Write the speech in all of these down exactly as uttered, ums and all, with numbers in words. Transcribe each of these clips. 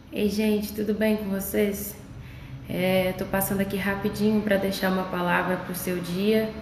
Ei, gente, tudo bem com vocês? É, tô passando aqui rapidinho para deixar uma palavra pro seu dia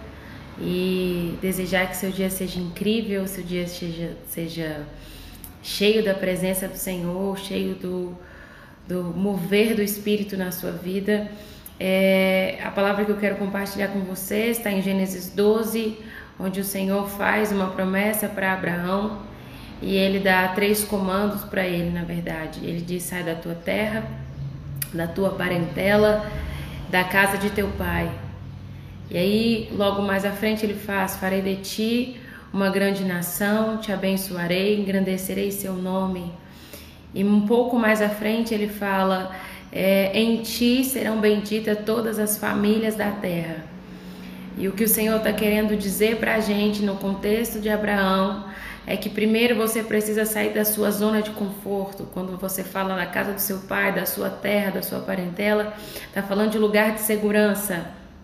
e desejar que seu dia seja incrível, seu dia seja, seja cheio da presença do Senhor, cheio do, do mover do Espírito na sua vida. É, a palavra que eu quero compartilhar com vocês está em Gênesis doze, onde o Senhor faz uma promessa para Abraão. E ele dá três comandos para ele, na verdade. Ele diz: sai da tua terra, da tua parentela, da casa de teu pai. E aí, logo mais à frente, ele faz: farei de ti uma grande nação, te abençoarei, engrandecerei seu nome. E um pouco mais à frente, ele fala: é, em ti serão benditas todas as famílias da terra. E o que o Senhor está querendo dizer para a gente no contexto de Abraão é que primeiro você precisa sair da sua zona de conforto. Quando você fala na casa do seu pai, da sua terra, da sua parentela, está falando de lugar de segurança.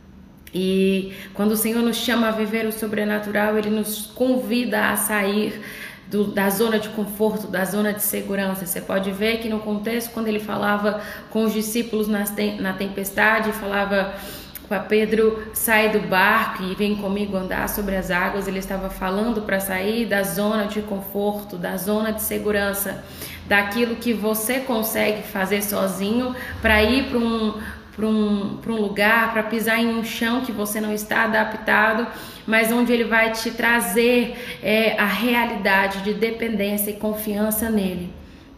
E quando o Senhor nos chama a viver o sobrenatural, Ele nos convida a sair do, da zona de conforto, da zona de segurança. Você pode ver que no contexto, quando Ele falava com os discípulos nas, na tempestade, falava para Pedro: sai do barco e vem comigo andar sobre as águas. Ele estava falando para sair da zona de conforto, da zona de segurança, daquilo que você consegue fazer sozinho, para ir para um, para um, para um lugar, para pisar em um chão que você não está adaptado, mas onde ele vai te trazer é, a realidade de dependência e confiança nele.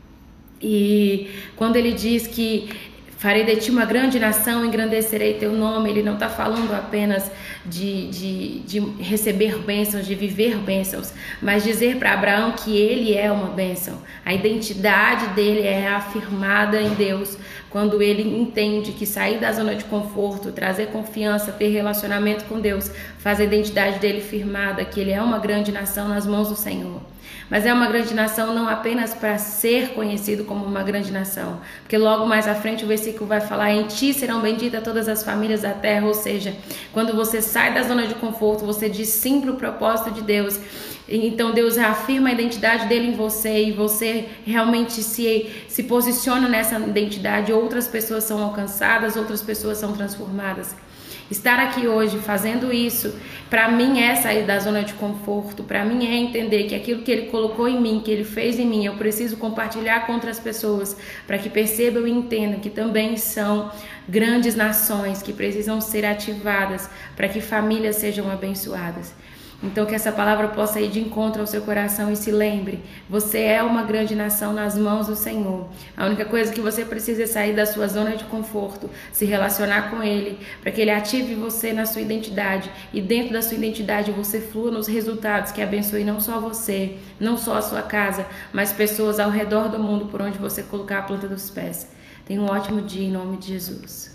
E quando ele diz que farei de ti uma grande nação, engrandecerei teu nome, ele não está falando apenas de, de, de receber bênçãos, de viver bênçãos, mas dizer para Abraão que ele é uma bênção. A identidade dele é afirmada em Deus quando ele entende que sair da zona de conforto, trazer confiança, ter relacionamento com Deus, faz a identidade dele firmada, que ele é uma grande nação nas mãos do Senhor. Mas é uma grande nação não apenas para ser conhecido como uma grande nação, porque logo mais à frente o versículo vai falar: em ti serão benditas todas as famílias da terra. Ou seja, quando você sai da zona de conforto, você diz sim para o propósito de Deus. Então Deus reafirma a identidade dele em você e você realmente se, se posiciona nessa identidade. Outras pessoas são alcançadas, outras pessoas são transformadas. Estar aqui hoje fazendo isso, para mim é sair da zona de conforto, para mim é entender que aquilo que Ele colocou em mim, que Ele fez em mim, eu preciso compartilhar com outras pessoas, para que percebam e entendam que também são grandes nações que precisam ser ativadas, para que famílias sejam abençoadas. Então que essa palavra possa ir de encontro ao seu coração e se lembre: você é uma grande nação nas mãos do Senhor. A única coisa que você precisa é sair da sua zona de conforto, se relacionar com Ele, para que Ele ative você na sua identidade e dentro da sua identidade você flua nos resultados que abençoe não só você, não só a sua casa, mas pessoas ao redor do mundo por onde você colocar a planta dos pés. Tenha um ótimo dia em nome de Jesus.